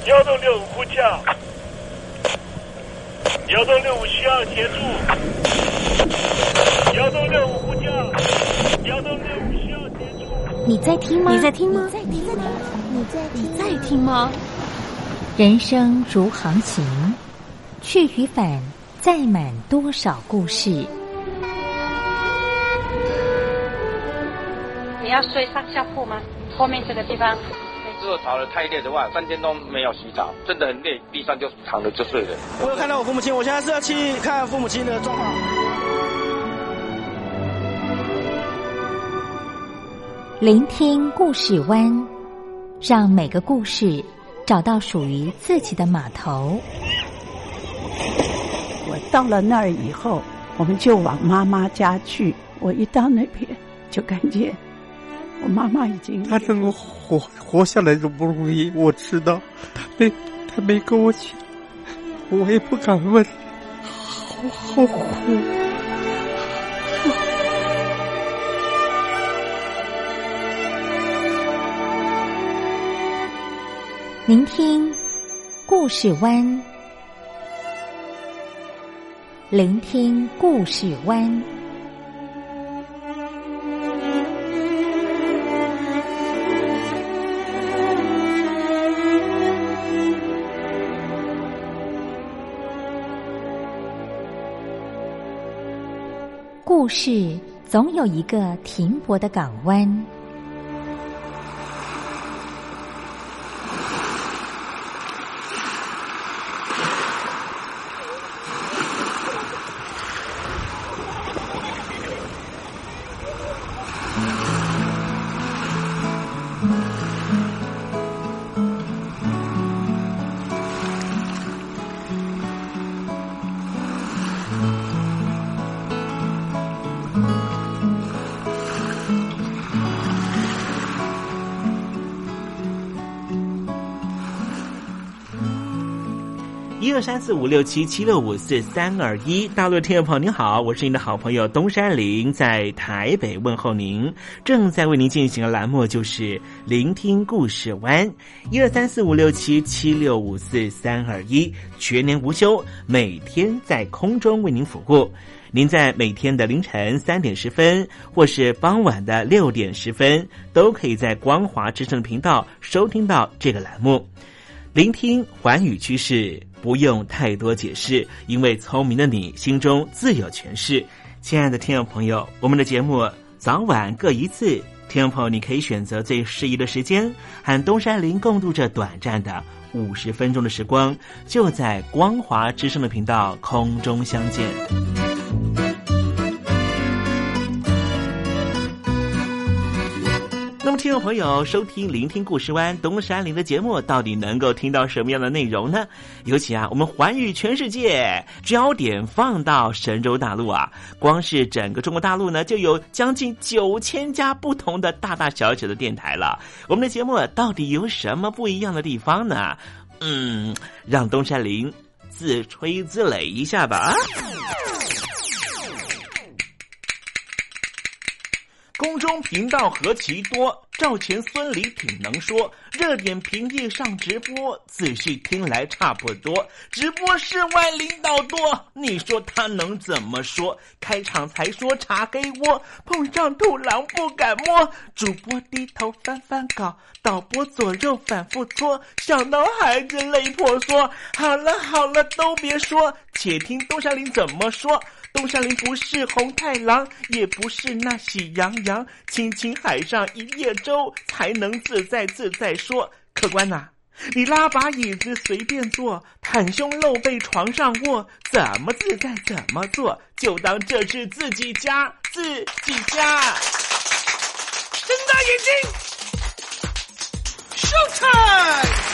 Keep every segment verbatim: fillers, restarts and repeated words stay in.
幺洞六五呼叫，幺洞六五需要协助，幺洞六五呼叫，幺洞六五需要协助。 你在听吗？ 你在听吗？ 你在听吗？ 你在你在听吗？ 人生如航行，去与返，载满多少故事。 你要睡上下铺吗？后面这个地方。 如果吵得太累的话，三天都没有洗澡，真的很累，地上就躺着就睡了。 我有看到我父母亲，我现在是要去看父母亲的状况。 聆听故事湾，让每个故事找到属于自己的码头。 我到了那儿以后，我们就往妈妈家去。我一到那边，就感觉我妈妈已经， 她能够活活下来都不容易，我知道，她没她没跟我讲，我也不敢问，好好苦。 聆听故事湾，聆听故事湾。故事总有一个停泊的港湾。 一二三四五六七七六五四三二一，大陆的听众朋友您好，我是您的好朋友东山林，在台北问候您。正在为您进行的栏目就是聆听故事湾，一二三四五六七七六五四三二一，全年无休，每天在空中为您服务。您在每天的凌晨三点十分，或是傍晚的六点十分，都可以在光华之声频道收听到这个栏目。聆听寰宇趋势，不用太多解释，因为聪明的你心中自有诠释。亲爱的听众朋友，我们的节目早晚各一次，听众朋友你可以选择最适宜的时间，和东山林共度这短暂的五十分钟的时光，就在光华之声的频道空中相见。那么听众朋友收听聆听故事湾东山林的节目，到底能够听到什么样的内容呢？尤其啊，我们环宇全世界，焦点放到神州大陆啊，光是整个中国大陆呢，就有将近九千家不同的大大小小的电台了。我们的节目到底有什么不一样的地方呢？嗯，让东山林自吹自擂一下吧。空中频道何其多，赵钱孙李挺能说，热点平地上直播，仔细听来差不多。直播室外领导多，你说他能怎么说？开场才说查黑窝，碰上土狼不敢摸。主播低头翻翻稿，导播左右反复搓，想到孩子泪婆娑。好了好了，都别说，且听东山林怎么说。东山林不是红太狼，也不是那喜羊羊，亲亲海上一叶舟，才能自在自在说。客官呐、啊，你拉把椅子随便坐，袒胸露背床上卧，怎么自在怎么做，就当这是自己家，自己家。睁大眼睛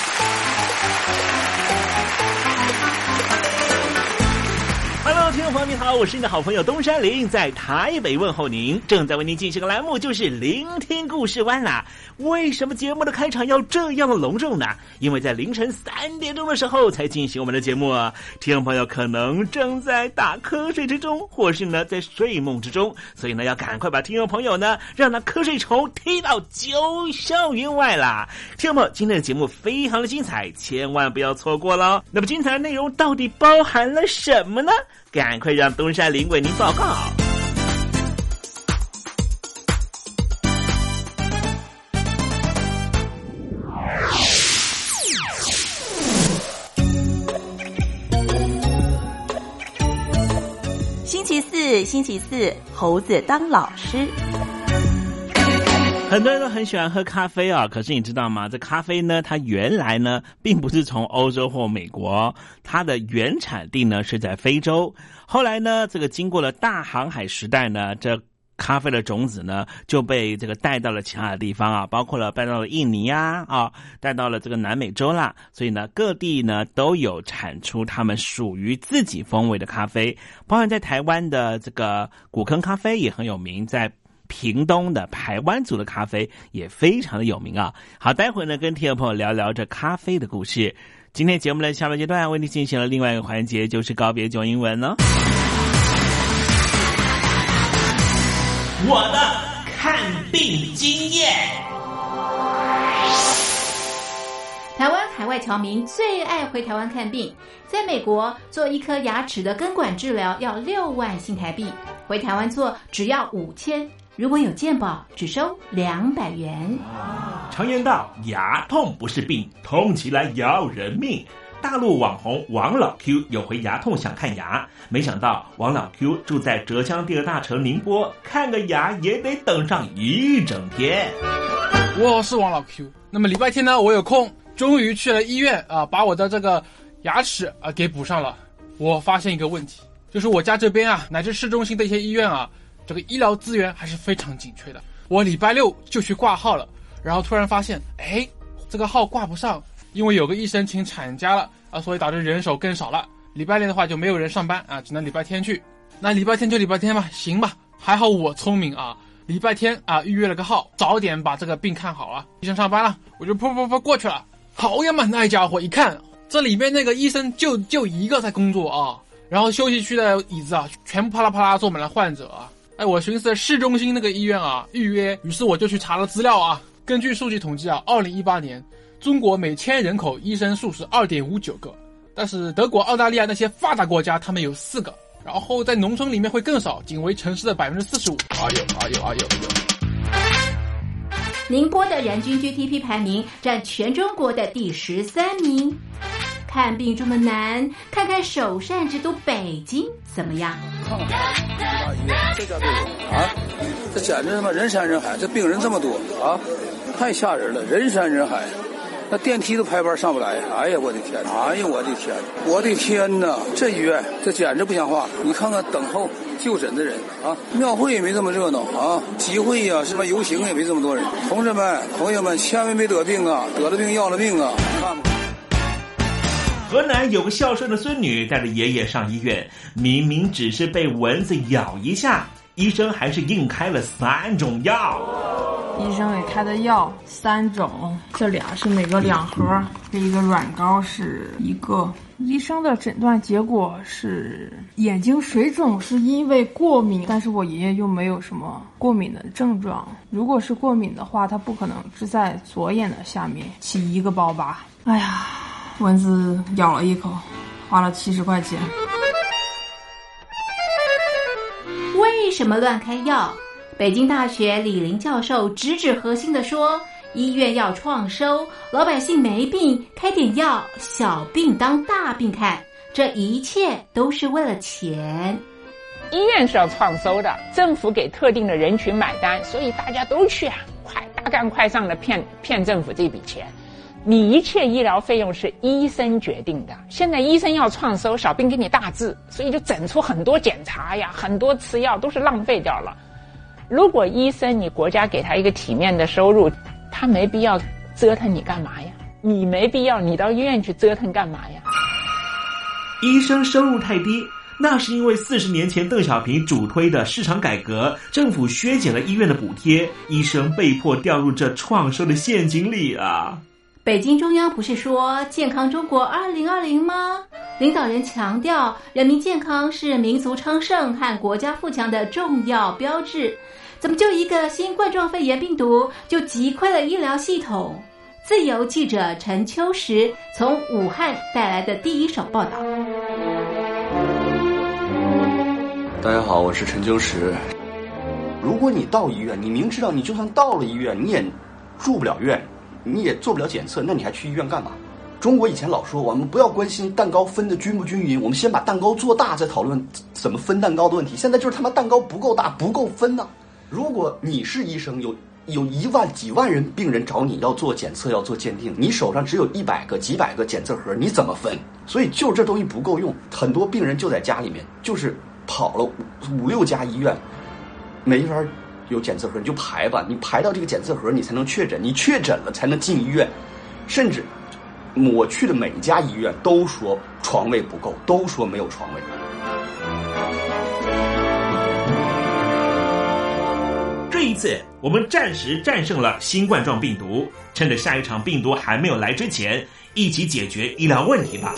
，Showtime！Hello， 听众朋友您好，我是你的好朋友东山林，在台北问候您。正在为您进行的栏目就是聆听故事湾啦。为什么节目的开场要这样的隆重呢？因为在凌晨三点钟的时候才进行我们的节目啊。听众朋友可能正在打瞌睡之中，或是呢在睡梦之中，所以呢要赶快把听众朋友呢让那瞌睡虫踢到九霄云外啦。听众朋友，今天的节目非常的精彩，千万不要错过了。那么精彩的内容到底包含了什么呢？赶快让东山林为您报告。 星期四，星期四，猴子当老师。 很多人都很喜欢喝咖啡啊，可是你知道吗？这咖啡呢，它原来呢，并不是从欧洲或美国，它的原产地呢是在非洲。后来呢，这个经过了大航海时代呢，这咖啡的种子呢就被这个带到了其他的地方啊，包括了带到了印尼啊，啊，带到了这个南美洲啦。所以呢，各地呢都有产出他们属于自己风味的咖啡，包含在台湾的这个古坑咖啡也很有名，在屏东的排湾族的咖啡也非常的有名啊。好，待会呢跟听众朋友聊聊这咖啡的故事。今天节目的下半阶段为你进行了另外一个环节，就是告别教英文哦。 我的看病经验。 台湾海外侨民最爱回台湾看病，在美国做一颗牙齿的根管治疗要六万新台币，回台湾做只要五千。如果有健保，只收两百元。 常言道，牙痛不是病，痛起来要人命。大陆网红王老 Q 有回牙痛想看牙，没想到王老 Q 住在浙江第二大城宁波，看个牙也得等上一整天。 我是王老 Q， 那么礼拜天呢，我有空，终于去了医院啊，把我的这个牙齿啊给补上了。我发现一个问题，就是我家这边啊，乃至市中心的一些医院啊，这个医疗资源还是非常紧缺的。我礼拜六就去挂号了，然后突然发现，哎，这个号挂不上，因为有个医生请产假了啊，所以导致人手更少了。礼拜六的话就没有人上班啊，只能礼拜天去。那礼拜天就礼拜天吧，行吧。还好我聪明啊，礼拜天啊预约了个号，早点把这个病看好了。医生上班了，我就噗噗噗过去了。好呀嘛，那家伙一看，这里面那个医生就就一个在工作啊，然后休息区的椅子啊，全部啪啦啪啦坐满了患者啊。哎，我寻思市中心那个医院啊预约，于是我就去查了资料啊。根据数据统计啊，二零一八年中国每千人口医生数是 二点五九 个，但是德国、澳大利亚那些发达国家他们有四个，然后在农村里面会更少，仅为城市的 百分之四十五。 哎呦哎呦哎呦哎呦！ 宁波的人均 G D P 排名占全中国的第十三名。看病这么难，看看首善之都北京怎么样？ 这家病啊，这简直他妈人山人海，这病人这么多啊，太吓人了，人山人海。那电梯都排班上不来，哎呀我的天，哎呀我的天，我的天哪！这医院这简直不像话。你看看等候就诊的人啊，庙会也没这么热闹啊，集会呀、啊、什么游行也没这么多人。同志们朋友们，千万别得病啊，得了病要了命啊！看吧。 河南有个孝顺的孙女带着爷爷上医院，明明只是被蚊子咬一下，医生还是硬开了三种药。 医生给开的药三种，这俩是每个两盒，这一个软膏是一个。医生的诊断结果是眼睛水肿是因为过敏，但是我爷爷又没有什么过敏的症状。如果是过敏的话，他不可能只在左眼的下面起一个包疤。哎呀，蚊子咬了一口，花了七十块钱。 为什么乱开药？北京大学李林教授直指核心地说，医院要创收，老百姓没病，开点药，小病当大病看，这一切都是为了钱。 医院是要创收的，政府给特定的人群买单，所以大家都去啊，快大干快上的骗骗政府这笔钱。你一切医疗费用是医生决定的，现在医生要创收，小病给你大治，所以就整出很多检查呀，很多吃药都是浪费掉了。如果医生你国家给他一个体面的收入，他没必要折腾你干嘛呀？你没必要你到医院去折腾干嘛呀？ 医生收入太低， 那是因为四十年前邓小平主推的市场改革，政府削减了医院的补贴，医生被迫掉入这创收的陷阱里啊。 北京中央不是说健康中国二零二零吗？领导人强调人民健康是民族昌盛和国家富强的重要标志，怎么就一个新冠状肺炎病毒就击溃了医疗系统？自由记者陈秋实从武汉带来的第一手报道。 大家好，我是陈秋实。如果你到医院，你明知道你就算到了医院，你也住不了院，你也做不了检测，那你还去医院干嘛？中国以前老说我们不要关心蛋糕分的均不均匀，我们先把蛋糕做大再讨论怎么分蛋糕的问题。现在就是他妈蛋糕不够大，不够分呢、啊。如果你是医生，有有一万几万人病人找你要做检测要做鉴定，你手上只有一百个几百个检测盒，你怎么分？所以就这东西不够用，很多病人就在家里面，就是跑了五五六家医院，没法有检测盒，你就排吧，你排到这个检测盒你才能确诊，你确诊了才能进医院。甚至我去的每一家医院都说床位不够，都说没有床位。 这一次我们暂时战胜了新冠状病毒，趁着下一场病毒还没有来之前，一起解决医疗问题吧。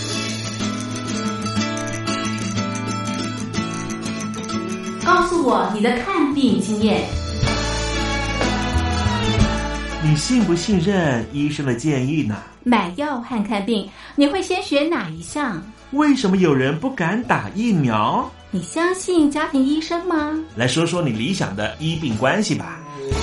告诉我你的看病经验。 你信不信任医生的建议呢？ 买药和看病，你会先选哪一项？ 为什么有人不敢打疫苗？ 你相信家庭医生吗？ 来说说你理想的医病关系吧。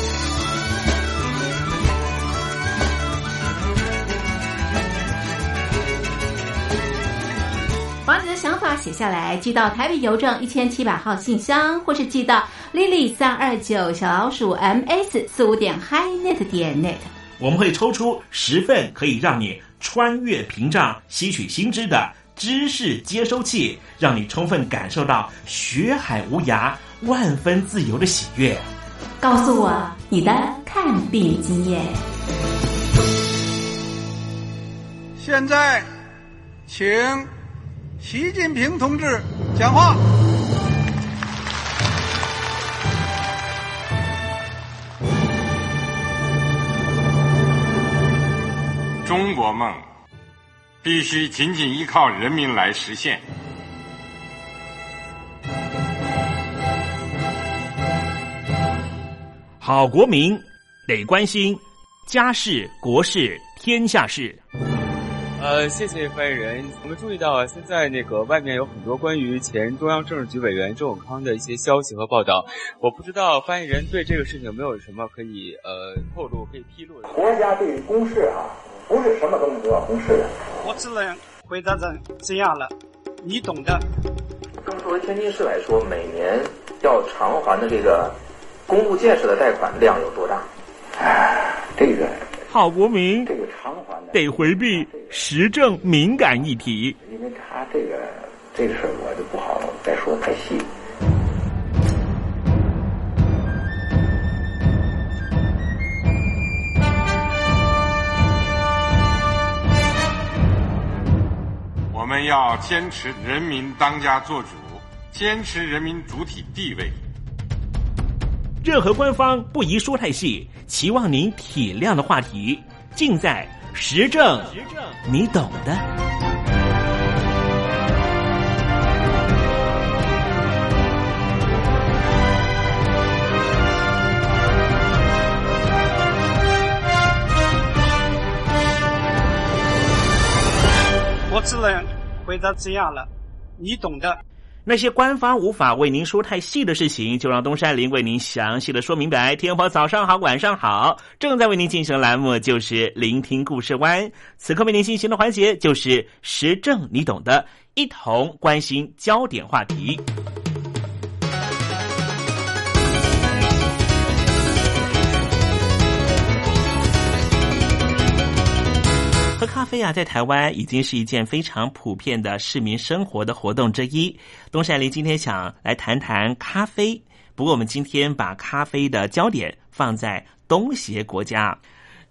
把你的想法写下来，寄到台北邮政一千七百号信箱，或是寄到 Lily 三二九小老鼠 M S 四五点 highnet 点 net。 我们会抽出十份可以让你穿越屏障、吸取新知的知识接收器，让你充分感受到学海无涯、万分自由的喜悦。 告诉我你的看病经验。 现在，请习近平同志讲话。 中国梦必须紧紧依靠人民来实现。 好国民得关心家事、国事、天下事。 呃，谢谢发言人。我们注意到啊，现在那个外面有很多关于前中央政治局委员周永康的一些消息和报道。我不知道发言人对这个事情有没有什么可以呃透露、可以披露的。 国家对于公事啊，不是什么东西都要公示的。 我只能回答成这样了，你懂的。 那么作为天津市来说，每年要偿还的这个公路建设的贷款量有多大？哎，这个好国民这个偿还的得回避时政敏感议题， 因为他这个这个事儿我就不好再说太细。 我们要坚持人民当家作主，坚持人民主体地位。 任何官方不宜说太细，期望您体谅的话题，尽在时政，你懂的。 我只能回答这样了，你懂的。 那些官方无法为您说太细的事情，就让东山林为您详细的说明白。天婆早上好，晚上好，正在为您进行的栏目就是聆听故事湾，此刻为您进行的环节就是时政你懂的，一同关心焦点话题。喝咖啡啊，在台湾已经是一件非常普遍的市民生活的活动之一。东山林今天想来谈谈咖啡，不过我们今天把咖啡的焦点放在东协国家。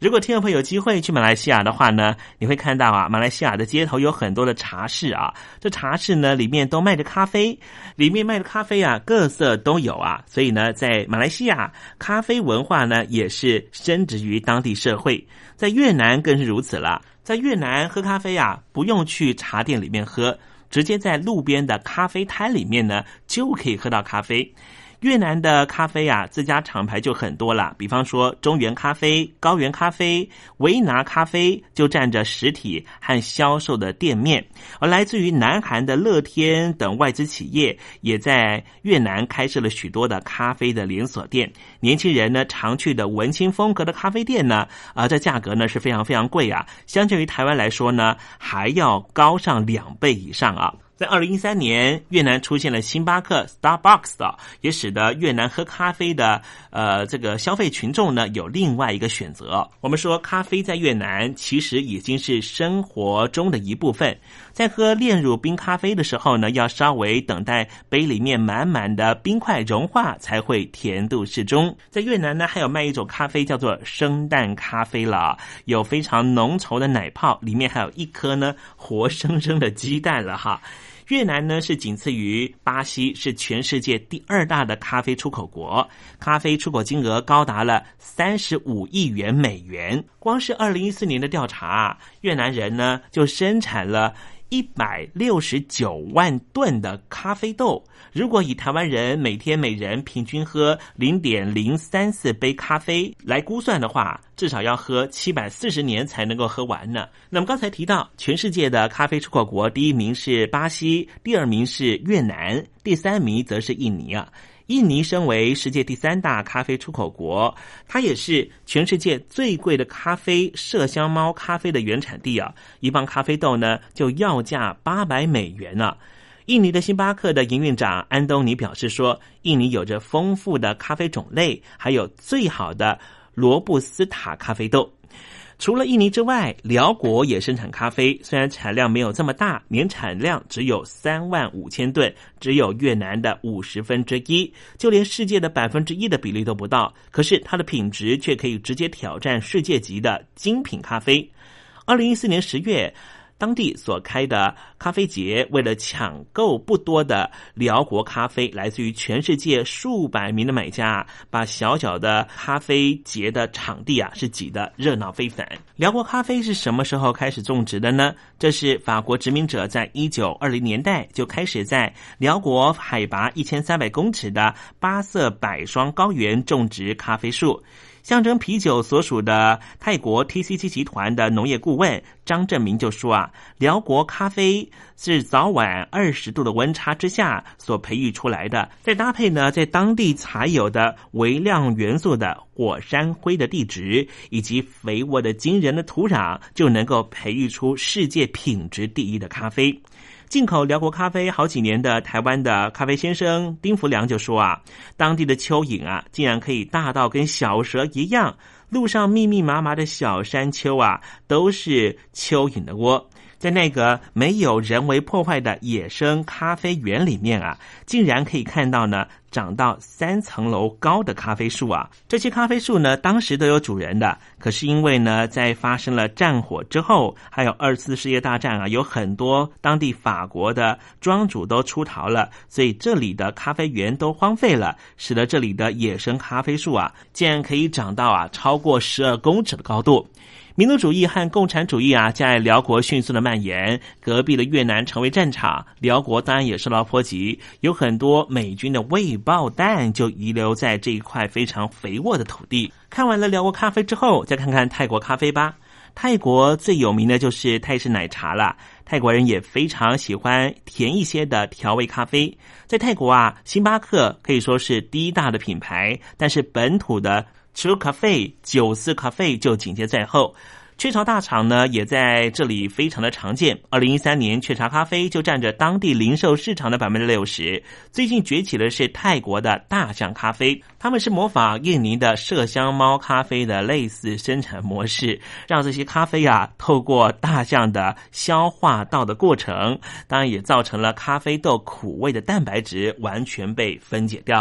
如果听众朋友有机会去马来西亚的话呢，你会看到啊，马来西亚的街头有很多的茶室啊，这茶室呢里面都卖着咖啡，里面卖的咖啡啊各色都有啊，所以呢在马来西亚咖啡文化呢也是深植于当地社会，在越南更是如此了。在越南喝咖啡啊，不用去茶店里面喝，直接在路边的咖啡摊里面呢就可以喝到咖啡。越南的咖啡啊，自家厂牌就很多了，比方说中原咖啡、高原咖啡、维拿咖啡就占着实体和销售的店面，而来自于南韩的乐天等外资企业也在越南开设了许多的咖啡的连锁店。年轻人呢常去的文青风格的咖啡店呢，啊、呃，这价格呢是非常非常贵啊，相较于台湾来说呢，还要高上两倍以上啊。在二零一三年，越南出现了星巴克 Starbucks 啊，也使得越南喝咖啡的呃这个消费群众呢有另外一个选择。我们说咖啡在越南其实已经是生活中的一部分，在喝炼乳冰咖啡的时候呢，要稍微等待杯里面满满的冰块融化才会甜度适中。在越南呢，还有卖一种咖啡叫做生蛋咖啡了，有非常浓稠的奶泡，里面还有一颗呢活生生的鸡蛋了哈。越南呢是仅次于巴西，是全世界第二大的咖啡出口国，咖啡出口金额高达了三十五亿元美元。光是二零一四年的调查，越南人呢就生产了一百六十九万吨的咖啡豆，如果以台湾人每天每人平均喝 零点零三四 杯咖啡来估算的话，至少要喝七百四十年才能够喝完呢。那么刚才提到全世界的咖啡出口国，第一名是巴西，第二名是越南，第三名则是印尼啊。印尼身为世界第三大咖啡出口国，它也是全世界最贵的咖啡麝香猫咖啡的原产地啊！一磅咖啡豆呢，就要价八百美元啊！印尼的星巴克的营运长安东尼表示说，印尼有着丰富的咖啡种类，还有最好的罗布斯塔咖啡豆。除了印尼之外，辽国也生产咖啡，虽然产量没有这么大，年产量只有三万五千吨，只有越南的五十分之一，就连世界的百分之一的比例都不到。可是它的品质却可以直接挑战世界级的精品咖啡。二零一四年十月，当地所开的咖啡节，为了抢购不多的辽国咖啡，来自于全世界数百名的买家，把小小的咖啡节的场地啊是挤得热闹非凡。辽国咖啡是什么时候开始种植的呢？这是法国殖民者在一九二零年代就开始在辽国海拔一千三百公尺的巴色百霜高原种植咖啡树。象征啤酒所属的泰国 T C C 集团的农业顾问张正明就说啊，辽国咖啡是早晚二十度的温差之下所培育出来的，再搭配呢在当地才有的微量元素的火山灰的地质以及肥沃的惊人的土壤，就能够培育出世界品质第一的咖啡。进口辽国咖啡好几年的台湾的咖啡先生丁福良就说啊，当地的蚯蚓啊竟然可以大到跟小蛇一样，路上密密麻麻的小山丘啊都是蚯蚓的窝。在那个没有人为破坏的野生咖啡园里面啊，竟然可以看到呢长到三层楼高的咖啡树啊！这些咖啡树呢，当时都有主人的，可是因为呢，在发生了战火之后，还有二次世界大战啊，有很多当地法国的庄主都出逃了，所以这里的咖啡园都荒废了，使得这里的野生咖啡树啊，竟然可以长到啊超过十二公尺的高度。民族主义和共产主义啊，在辽国迅速的蔓延，隔壁的越南成为战场，辽国当然也受到波及，有很多美军的未爆弹就遗留在这一块非常肥沃的土地。看完了辽国咖啡之后，再看看泰国咖啡吧。泰国最有名的就是泰式奶茶了，泰国人也非常喜欢甜一些的调味咖啡。在泰国啊，星巴克可以说是第一大的品牌，但是本土的True Cafe、九四咖啡就紧接在后。雀巢大厂呢也在这里非常的常见。二零一三年，雀巢咖啡就占着当地零售市场的百分之六十。最近崛起的是泰国的大象咖啡，他们是模仿印尼的麝香猫咖啡的类似生产模式，让这些咖啡啊透过大象的消化道的过程，当然也造成了咖啡豆苦味的蛋白质完全被分解掉了。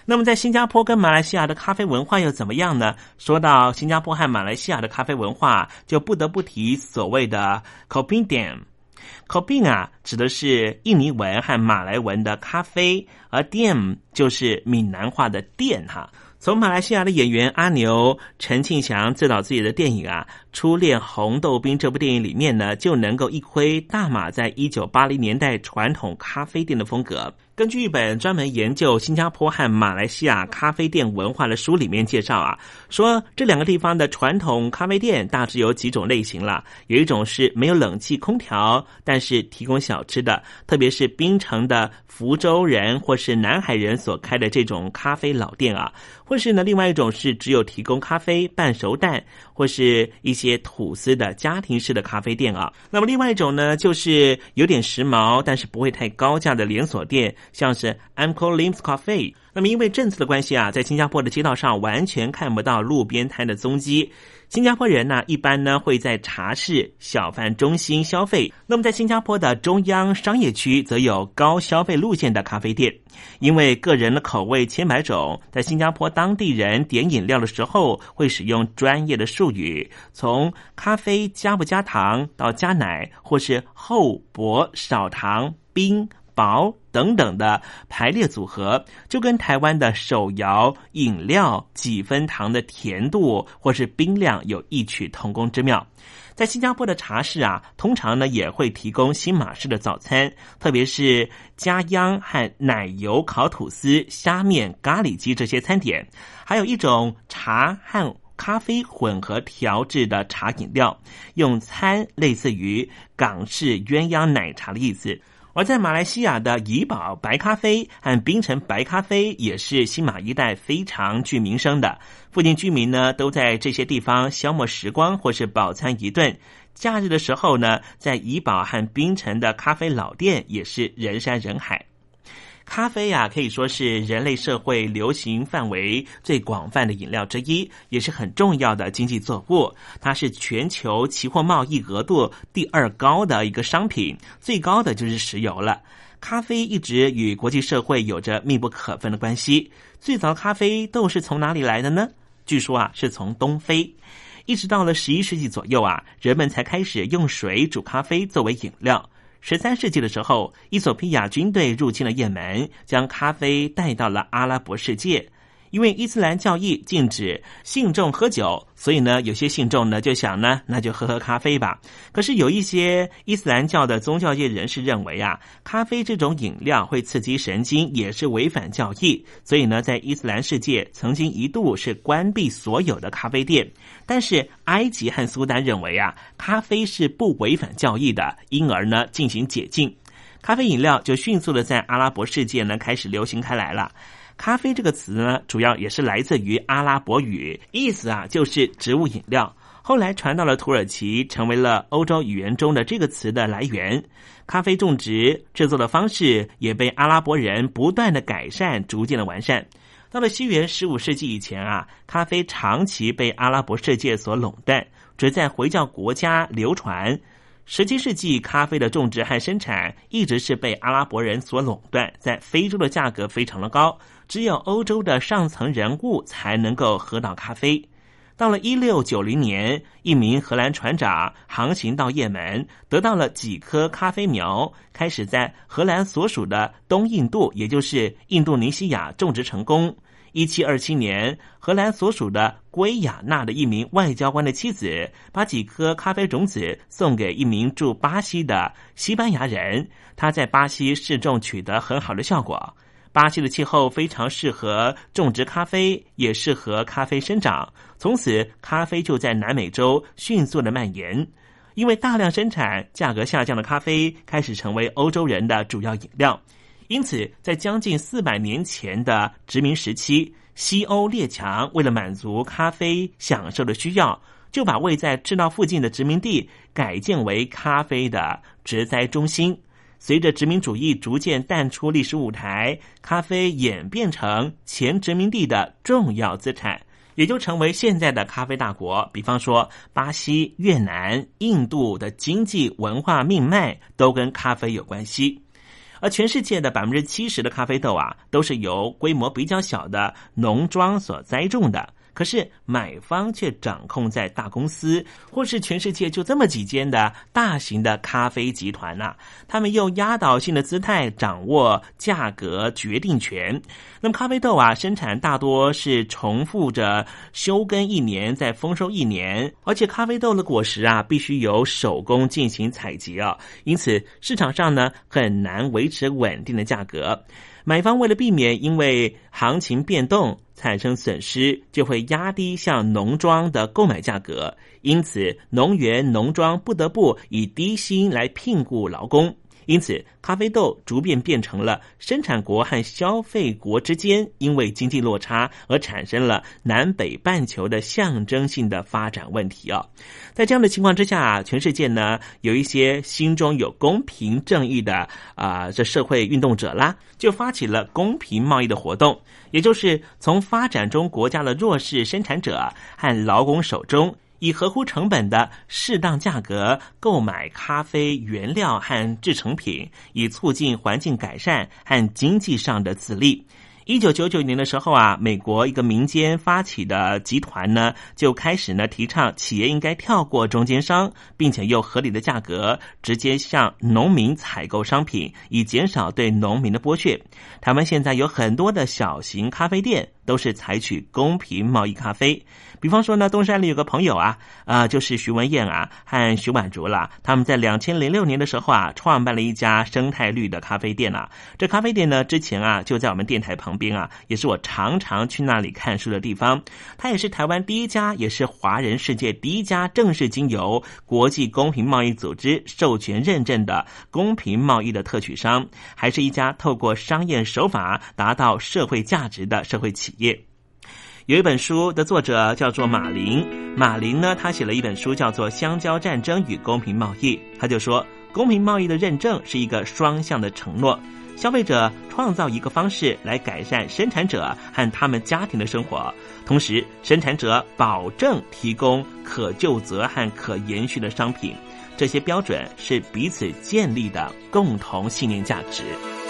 那么在新加坡跟马来西亚的咖啡文化又怎么样呢？说到新加坡和马来西亚的咖啡文化，就不得不提所谓的 Kopi Diam。Kopi 啊，指的是印尼文和马来文的咖啡，而 Diam 就是闽南话的店哈。从马来西亚的演员阿牛陈庆祥自导自己的电影啊《初恋红豆冰》这部电影里面呢，就能够一窥大马在一九八零年代传统咖啡店的风格。根据一本专门研究新加坡和马来西亚咖啡店文化的书里面介绍啊，说这两个地方的传统咖啡店大致有几种类型了。有一种是没有冷气空调，但是提供小吃的，特别是槟城的福州人或是南海人所开的这种咖啡老店啊，或是呢另外一种是只有提供咖啡、半熟蛋或是一些吐司的家庭式的咖啡店啊。那么另外一种呢，就是有点时髦但是不会太高价的连锁店，像是 Uncle Lim's Cafe。 那么因为政策的关系啊，在新加坡的街道上完全看不到路边摊的踪迹。新加坡人呢，一般呢会在茶室、小贩中心消费。那么在新加坡的中央商业区，则有高消费路线的咖啡店。因为个人的口味千百种，在新加坡当地人点饮料的时候，会使用专业的术语，从咖啡加不加糖到加奶，或是厚薄少糖、冰薄等等的排列组合，就跟台湾的手摇饮料几分糖的甜度或是冰量有异曲同工之妙。在新加坡的茶室啊，通常呢也会提供新马式的早餐，特别是加央和奶油烤吐司、虾面、咖喱鸡这些餐点，还有一种茶和咖啡混合调制的茶饮料，用餐类似于港式鸳鸯奶茶的意思。而在马来西亚的怡保白咖啡和槟城白咖啡也是新马一带非常具名声的，附近居民呢都在这些地方消磨时光或是饱餐一顿。假日的时候呢，在怡保和槟城的咖啡老店也是人山人海。咖啡啊，可以说是人类社会流行范围最广泛的饮料之一，也是很重要的经济作物。它是全球期货贸易额度第二高的一个商品，最高的就是石油了。咖啡一直与国际社会有着密不可分的关系。最早咖啡豆是从哪里来的呢？据说啊，是从东非。一直到了十一世纪左右啊，人们才开始用水煮咖啡作为饮料。十三世纪的时候，伊索比亚军队入侵了也门，将咖啡带到了阿拉伯世界。因为伊斯兰教义禁止信众喝酒，所以呢，有些信众呢就想呢，那就喝喝咖啡吧。可是有一些伊斯兰教的宗教界人士认为啊，咖啡这种饮料会刺激神经，也是违反教义，所以呢，在伊斯兰世界曾经一度是关闭所有的咖啡店。但是埃及和苏丹认为啊，咖啡是不违反教义的，因而呢进行解禁，咖啡饮料就迅速的在阿拉伯世界呢开始流行开来了。咖啡这个词呢，主要也是来自于阿拉伯语，意思啊就是植物饮料。后来传到了土耳其，成为了欧洲语言中的这个词的来源。咖啡种植、制作的方式也被阿拉伯人不断的改善，逐渐的完善。到了西元十五世纪以前啊，咖啡长期被阿拉伯世界所垄断，只在回教国家流传。十七世纪，咖啡的种植和生产一直是被阿拉伯人所垄断，在非洲的价格非常的高，只有欧洲的上层人物才能够喝到咖啡。到了一六九零年，一名荷兰船长航行到也门，得到了几棵咖啡苗，开始在荷兰所属的东印度，也就是印度尼西亚种植成功。一七二七年，荷兰所属的圭亚那的一名外交官的妻子，把几颗咖啡种子送给一名驻巴西的西班牙人，他在巴西试种取得很好的效果。巴西的气候非常适合种植咖啡，也适合咖啡生长，从此咖啡就在南美洲迅速的蔓延。因为大量生产，价格下降的咖啡开始成为欧洲人的主要饮料。因此，在将近四百年前的殖民时期，西欧列强为了满足咖啡享受的需要，就把位在赤道附近的殖民地改建为咖啡的植栽中心。随着殖民主义逐渐淡出历史舞台，咖啡演变成前殖民地的重要资产，也就成为现在的咖啡大国。比方说，巴西、越南、印度的经济文化命脉都跟咖啡有关系。 而全世界的百分之七十的咖啡豆啊，都是由规模比较小的农庄所栽种的。可是买方却掌控在大公司，或是全世界就这么几间的大型的咖啡集团呐、啊，他们用压倒性的姿态掌握价格决定权。那么咖啡豆啊，生产大多是重复着休耕一年再丰收一年，而且咖啡豆的果实啊，必须由手工进行采集啊，因此市场上呢很难维持稳定的价格。买方为了避免因为行情变动产生损失，就会压低向农庄的购买价格，因此农园农庄不得不以低薪来聘雇劳工。因此咖啡豆逐渐变成了生产国和消费国之间因为经济落差而产生了南北半球的象征性的发展问题啊。在这样的情况之下，全世界呢有一些心中有公平正义的啊、呃、这社会运动者啦，就发起了公平贸易的活动，也就是从发展中国家的弱势生产者和劳工手中，以合乎成本的适当价格购买咖啡原料和制成品，以促进环境改善和经济上的自立。一九九九年的时候啊，美国一个民间发起的集团呢，就开始呢提倡企业应该跳过中间商，并且用合理的价格直接向农民采购商品，以减少对农民的剥削。台湾现在有很多的小型咖啡店都是采取公平贸易咖啡。比方说呢，东山里有个朋友啊，呃，就是徐文燕啊和徐婉竹啦，他们在两千零六年的时候啊，创办了一家生态绿的咖啡店啊。这咖啡店呢，之前啊就在我们电台旁边啊，也是我常常去那里看书的地方。它也是台湾第一家，也是华人世界第一家正式经由国际公平贸易组织授权认证的公平贸易的特许商，还是一家透过商业手法达到社会价值的社会企业。有一本书的作者叫做马林，马林呢，他写了一本书叫做《香蕉战争与公平贸易》，他就说，公平贸易的认证是一个双向的承诺，消费者创造一个方式来改善生产者和他们家庭的生活，同时生产者保证提供可就责和可延续的商品，这些标准是彼此建立的共同信念价值。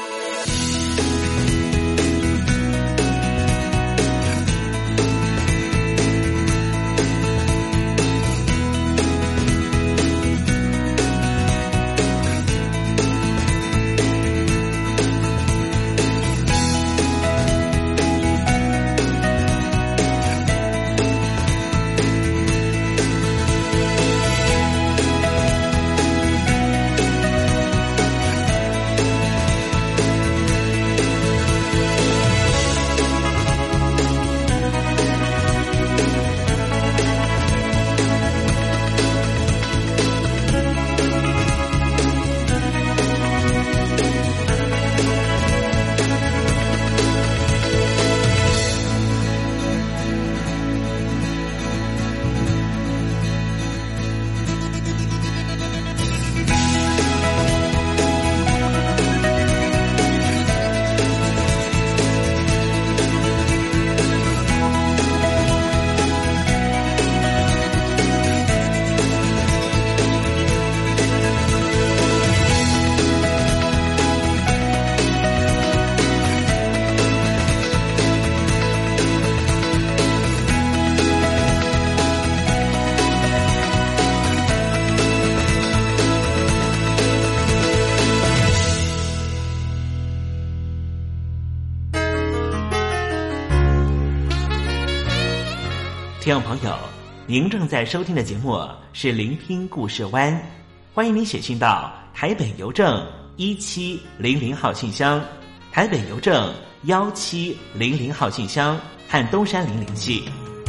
听众朋友，您正在收听的节目是聆听故事湾，欢迎您写信到台北邮政一七零零号信箱，台北邮政幺七零零号信箱和东山林联系。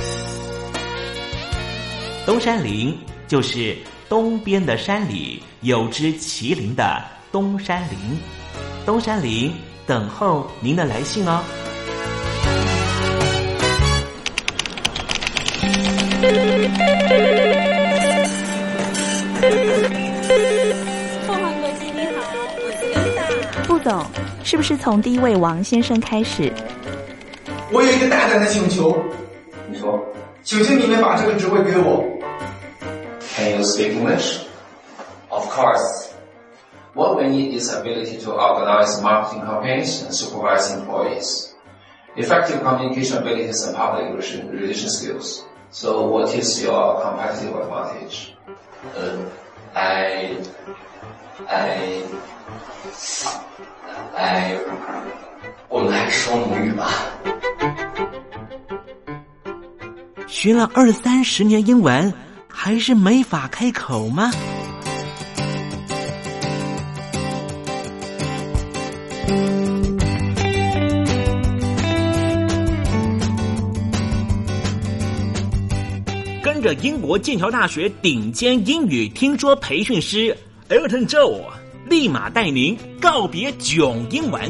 东山林就是东边的山里有只麒麟的东山林，东山林等候您的来信哦。 凤凰国际你好，我是刘大。 副总，是不是从第一位王先生开始？ 我有一个大胆的请求，你说，请请你们把这个职位给我。Can you speak English? Of course. what we need is ability to organize marketing campaigns and supervise employees, effective communication abilities and public relation skills. So what is your competitive advantage? Uh, I, I, I, 我们还是说母语吧。 学了二三十年英文，还是没法开口吗？跟着英国剑桥大学顶尖英语听说培训师 Elton Joe 立马带您告别囧英文。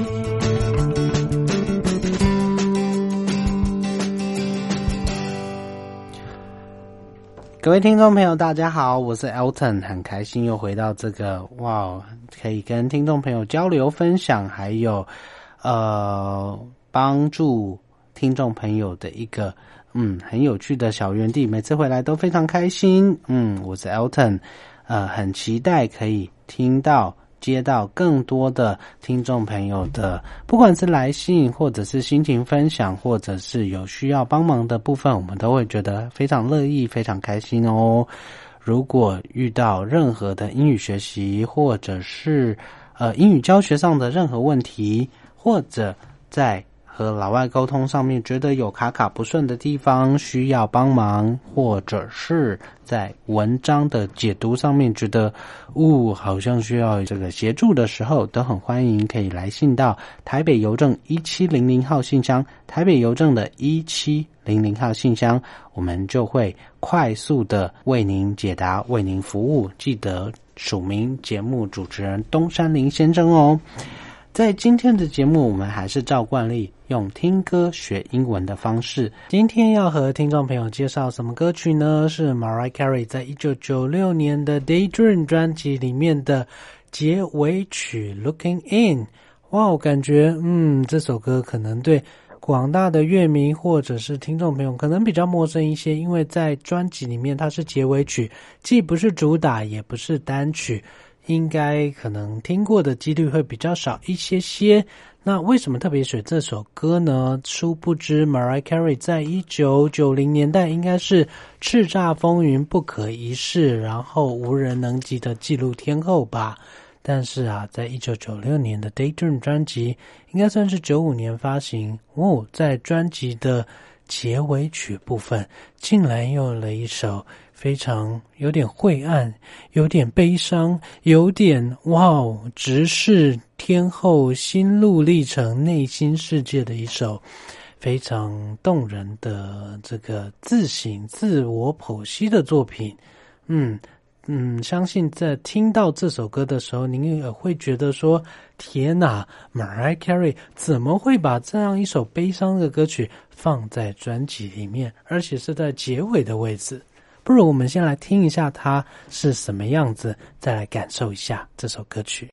各位听众朋友大家好，我是 Elton， 很开心又回到这个哇，可以跟听众朋友交流分享，还有呃帮助听众朋友的一个嗯很有趣的小园地，每次回来都非常开心。嗯，我是 Elton， 呃很期待可以听到接到更多的听众朋友的不管是来信或者是心情分享，或者是有需要帮忙的部分，我们都会觉得非常乐意非常开心哦。如果遇到任何的英语学习或者是呃英语教学上的任何问题，或者在和老外沟通上面觉得有卡卡不顺的地方需要帮忙，或者是在文章的解读上面觉得呜好像需要这个协助的时候，都很欢迎可以来信到台北邮政一七零零号信箱，台北邮政的一七零零号信箱，我们就会快速的为您解答为您服务，记得署名节目主持人东山林先生哦。在今天的节目，我们还是照惯例用听歌学英文的方式。今天要和听众朋友介绍什么歌曲呢？是 Mariah Carey 在一九九六年的 Daydream 专辑里面的结尾曲 Looking In。 哇，我感觉嗯这首歌可能对广大的乐迷或者是听众朋友可能比较陌生一些，因为在专辑里面它是结尾曲，既不是主打也不是单曲，应该可能听过的几率会比较少一些些。那为什么特别选这首歌呢？殊不知 Mariah Carey 在一九九零年代应该是叱咤风云不可一世，然后无人能及的纪录天后吧。但是啊，在一九九六年的 Daydream 专辑应该算是九五年发行哦，在专辑的结尾曲部分竟然用了一首非常有点晦暗，有点悲伤，有点哇哦直视天后心路历程内心世界的一首非常动人的这个自省自我剖析的作品。嗯嗯，相信在听到这首歌的时候，您也会觉得说天哪， Mariah Carey 怎么会把这样一首悲伤的歌曲放在专辑里面，而且是在结尾的位置。不如我们先来听一下它是什么样子，再来感受一下这首歌曲。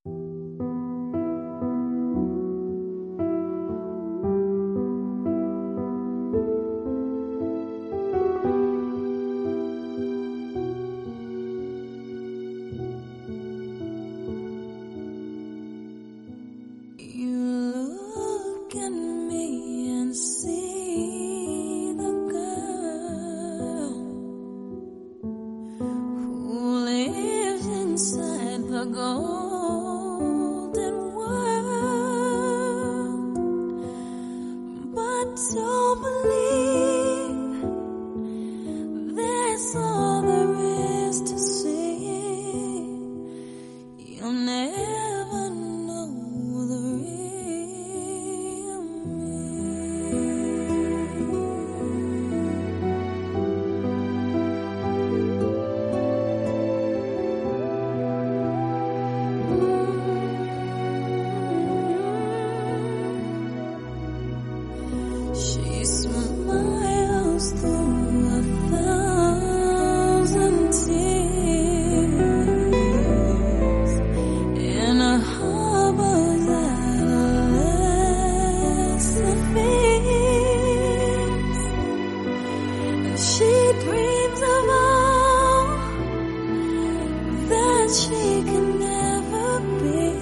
She can never be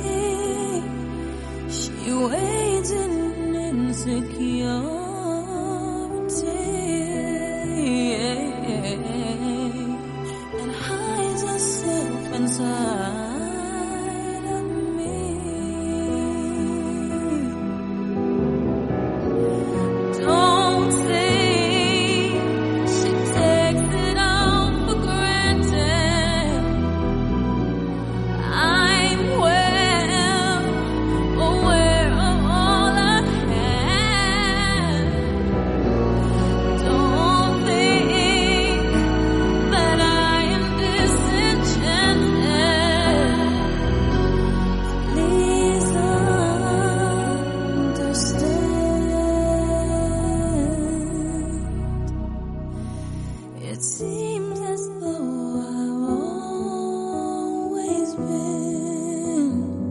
and hides itself inside of me. Don't say she takes it all for granted. I'm well aware of all I have. Don't think that I am disenchanted. Please understand. It seems as though I've always been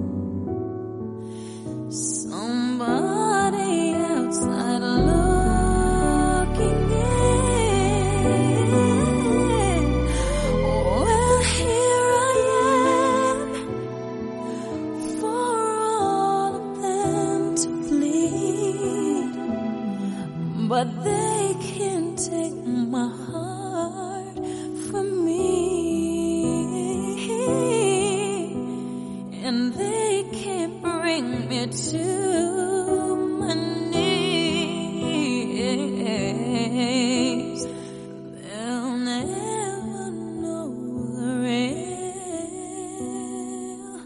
somebody outside looking in. Well, here I am for all of them to plead, but they can't take my heart from me, and they can't bring me to my knees. They'll never know the real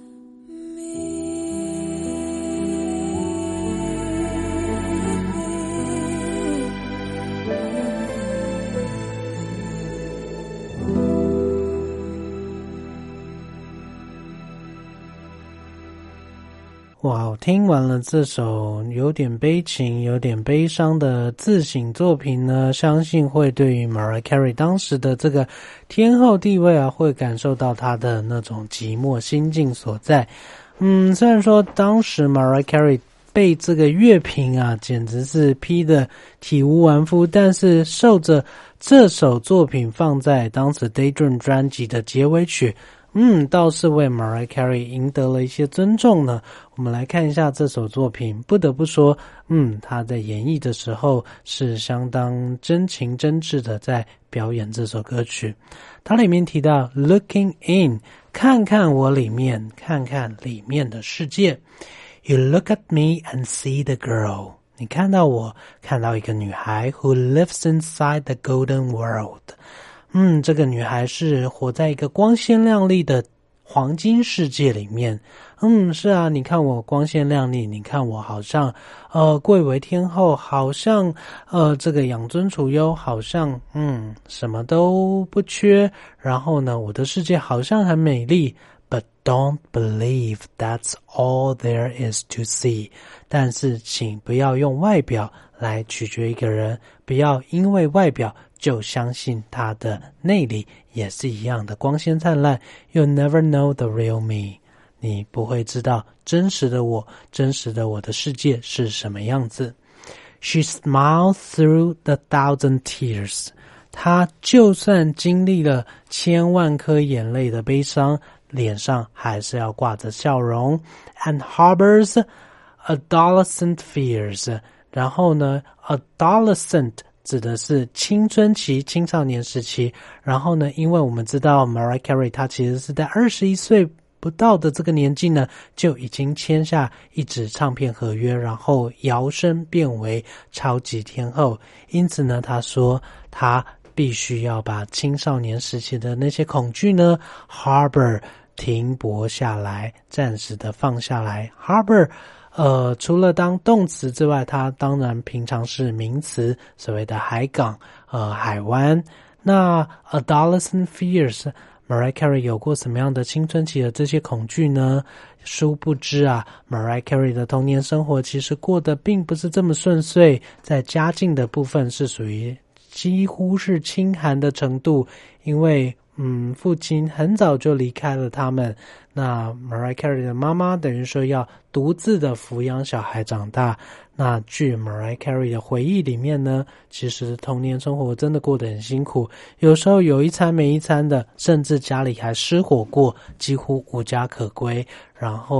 哇，听完了这首有点悲情有点悲伤的自省作品呢，相信会对于 Mariah Carey 当时的这个天后地位啊，会感受到她的那种寂寞心境所在。嗯，虽然说当时 Mariah Carey 被这个乐评啊简直是批得体无完肤，但是受着这首作品放在当时 Daydream 专辑的结尾曲，嗯，倒是为 Mariah Carey 赢得了一些尊重呢。我们来看一下这首作品，不得不说，嗯，他在演绎的时候是相当真情真挚的在表演这首歌曲。它里面提到 Looking in， 看看我里面，看看里面的世界。You look at me and see the girl， 你看到我，看到一个女孩 who lives inside the golden world。嗯，这个女孩是活在一个光鲜亮丽的黄金世界里面。嗯，是啊，你看我光鲜亮丽，你看我好像呃贵为天后，好像呃这个养尊处优，好像嗯什么都不缺，然后呢我的世界好像很美丽。But don't believe that's all there is to see。 但是请不要用外表来取决一个人，不要因为外表就相信他的内里也是一样的光鲜灿烂。 You'll never know the real me， 你不会知道真实的我，真实的我的世界是什么样子。 She smiled through the thousand tears， 她就算经历了千万颗眼泪的悲伤，脸上还是要挂着笑容。 And harbors adolescent fears， 然后呢 adolescent 指的是青春期青少年时期，然后呢因为我们知道 Mariah Carey 她其实是在二十一岁不到的这个年纪呢就已经签下一纸唱片合约，然后摇身变为超级天后。因此呢她说她必须要把青少年时期的那些恐惧呢 harbor 停泊下来，暂时的放下来。 harbor呃，除了当动词之外，它当然平常是名词，所谓的海港呃海湾。那 adolescent fears， Mariah Carey 有过什么样的青春期的这些恐惧呢？殊不知啊 Mariah Carey 的童年生活其实过得并不是这么顺遂，在家境的部分是属于几乎是清寒的程度，因为嗯，父亲很早就离开了他们。那 Mariah Carey 的妈妈等于说要独自的抚养小孩长大。那据 Mariah Carey 的回忆里面呢，其实童年生活真的过得很辛苦，有时候有一餐没一餐的，甚至家里还失火过，几乎无家可归。然后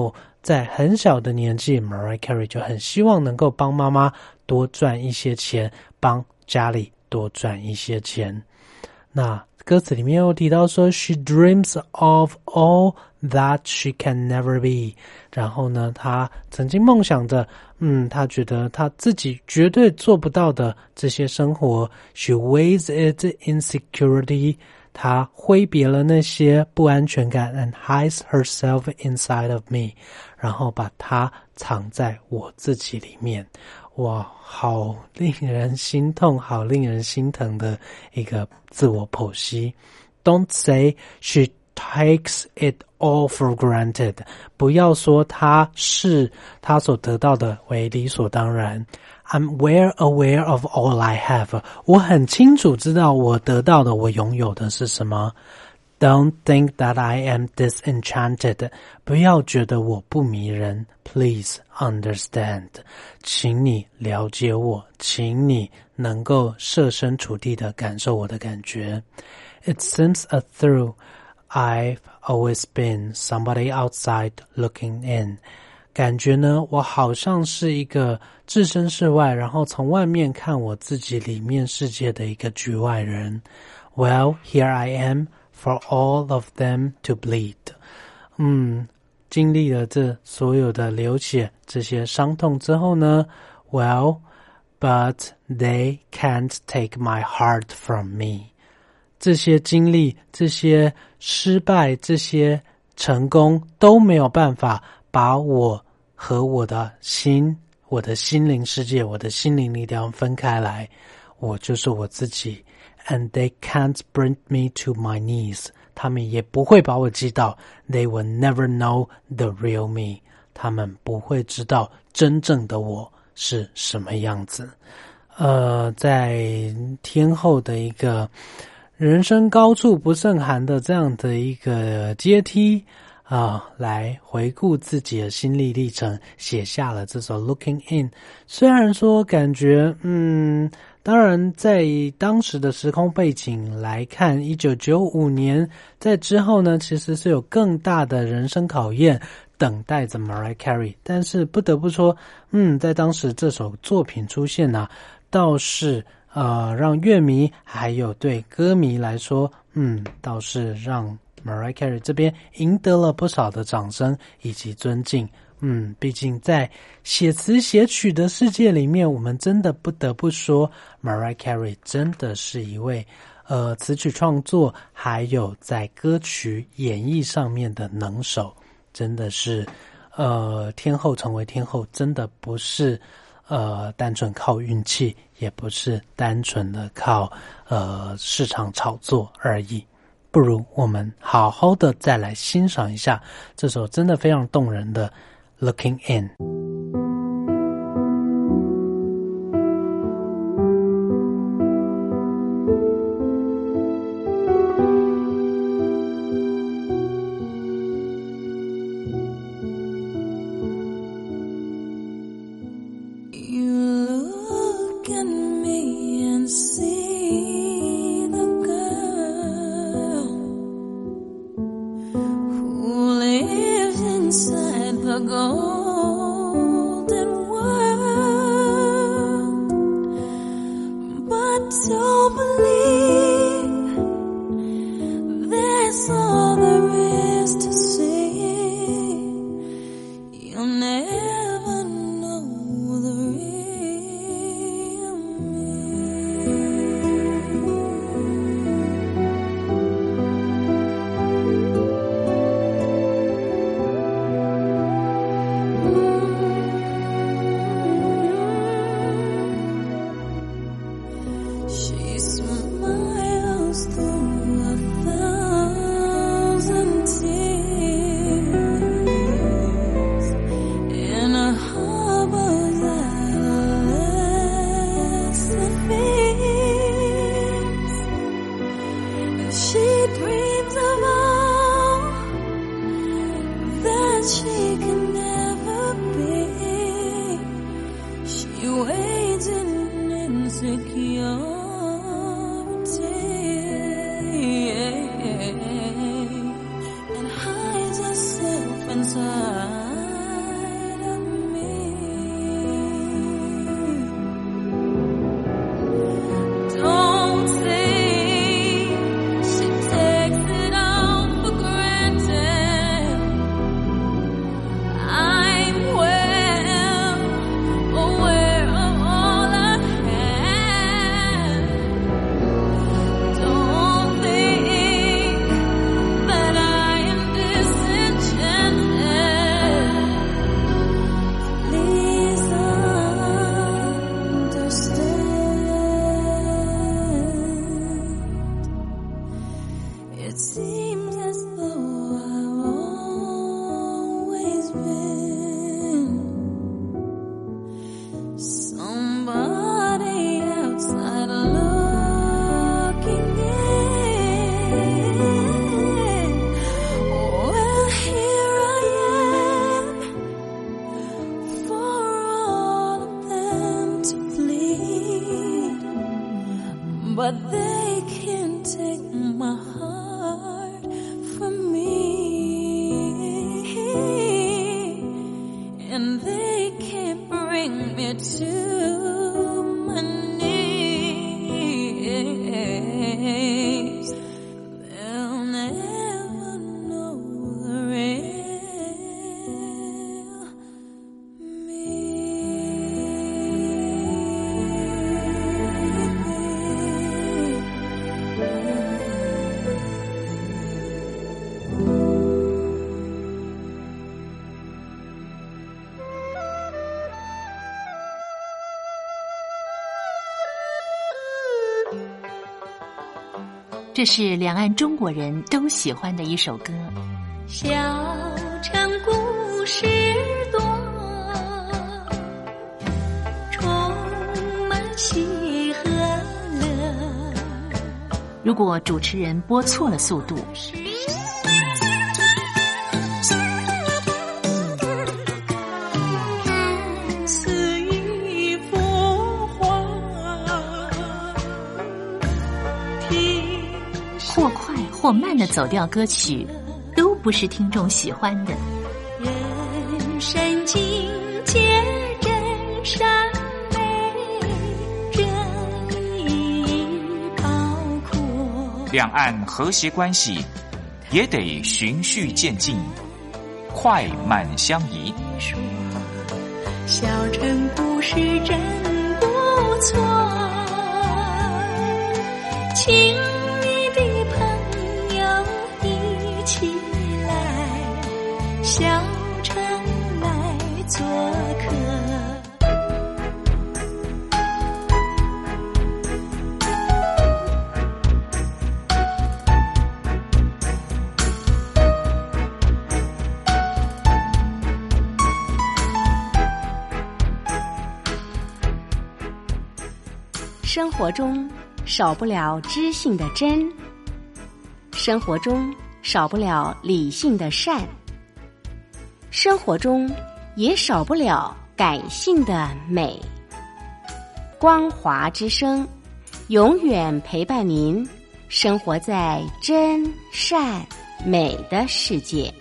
在很小的年纪 Mariah Carey 就很希望能够帮妈妈多赚一些钱，帮家里多赚一些钱。那歌词里面有提到说 She dreams of all that she can never be， 然后呢她曾经梦想着嗯，她觉得她自己绝对做不到的这些生活。 She weighs it in security， 她挥别了那些不安全感 and hides herself inside of me， 然后把它藏在我自己里面。哇，好令人心痛，好令人心疼的一个自我剖析。 Don't say she takes it all for granted， 不要说她视她所得到的为理所当然。 I'm well aware of all I have， 我很清楚知道我得到的，我拥有的是什么。Don't think that I am disenchanted， 不要觉得我不迷人。 Please understand， 请你了解我，请你能够设身处地的感受我的感觉。 It seems a through I've always been somebody outside looking in， 感觉呢我好像是一个置身事外，然后从外面看我自己里面世界的一个局外人。 Well, here I am for all of them to bleed， 嗯，经历了这所有的流血，这些伤痛之后呢 Well, but they can't take my heart from me， 这些经历，这些失败，这些成功都没有办法把我和我的心，我的心灵世界，我的心灵力量分开来。我就是我自己。And they can't bring me to my knees， 他们也不会把我击倒。 They will never know the real me， 他们不会知道真正的我是什么样子。呃，在天后的一个人生高处不胜寒的这样的一个阶梯啊，来回顾自己的心历历程，写下了这首 Looking In。 虽然说感觉嗯当然在当时的时空背景来看，一九九五年在之后呢，其实是有更大的人生考验等待着 Mariah Carey， 但是不得不说嗯在当时这首作品出现啊，倒是呃让乐迷还有对歌迷来说嗯倒是让 Mariah Carey 这边赢得了不少的掌声以及尊敬。嗯，毕竟在写词写曲的世界里面，我们真的不得不说 Mariah Carey 真的是一位呃词曲创作还有在歌曲演绎上面的能手，真的是呃天后成为天后真的不是呃单纯靠运气，也不是单纯的靠呃市场炒作而已。不如我们好好的再来欣赏一下这首真的非常动人的Looking In。 You look at me and see the girl who lives inside the golden world, but don't believe that's all there is to see. You'll never know the real She smiles through a thousand tears in a harbor that lets the fears. And she dreams of all that she can never be. She waits in insecurity and hides herself inside 这是两岸中国人都喜欢的一首歌。 小城故事多，充满喜和乐。 如果主持人播错了速度， 似一幅画， 或快或慢的走调歌曲，都不是听众喜欢的。 人生境界真善美，真意高阔。 两岸和谐关系也得循序渐进，快慢相宜。 小城故事真不错，请你的朋友一起来小城来做客。 生活中少不了知性的真，生活中少不了理性的善，生活中也少不了感性的美。光华之声永远陪伴您，生活在真善美的世界。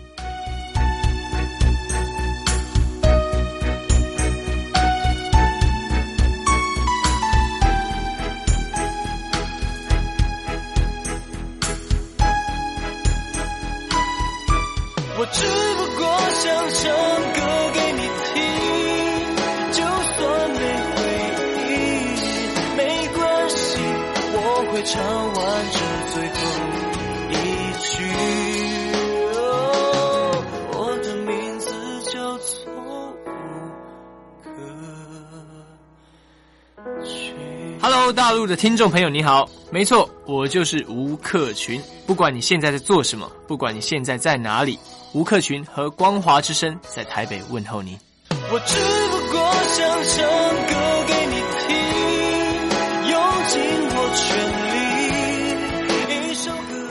我只不过想唱歌给你听，就算没回应没关系，我会唱完这最后一句。哦，我的名字叫错误可取。 Hello， 大陆的听众朋友你好，没错，我就是吴克群。不管你现在在做什么，不管你现在在哪里，吴克群和光华之声在台北问候你。 我只不过想唱歌给你听，用尽我全力，一首歌。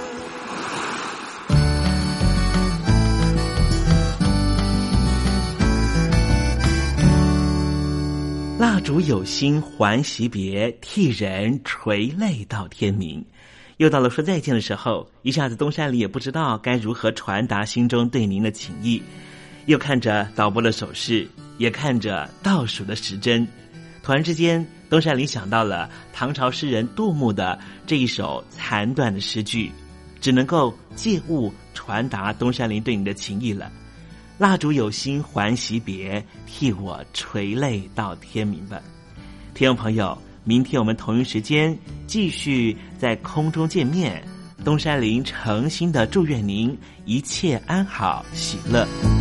蜡烛有心还惜别，替人垂泪到天明。又到了说再见的时候，一下子东山里也不知道该如何传达心中对您的情意。又看着导播的手势，也看着倒数的时针，突然之间东山里想到了唐朝诗人杜牧的这一首残短的诗句，只能够借物传达东山林对你的情意了。蜡烛有心还惜别，替我垂泪到天明吧。听众朋友，明天我们同一时间继续在空中见面。东山林诚心的祝愿您一切安好喜乐。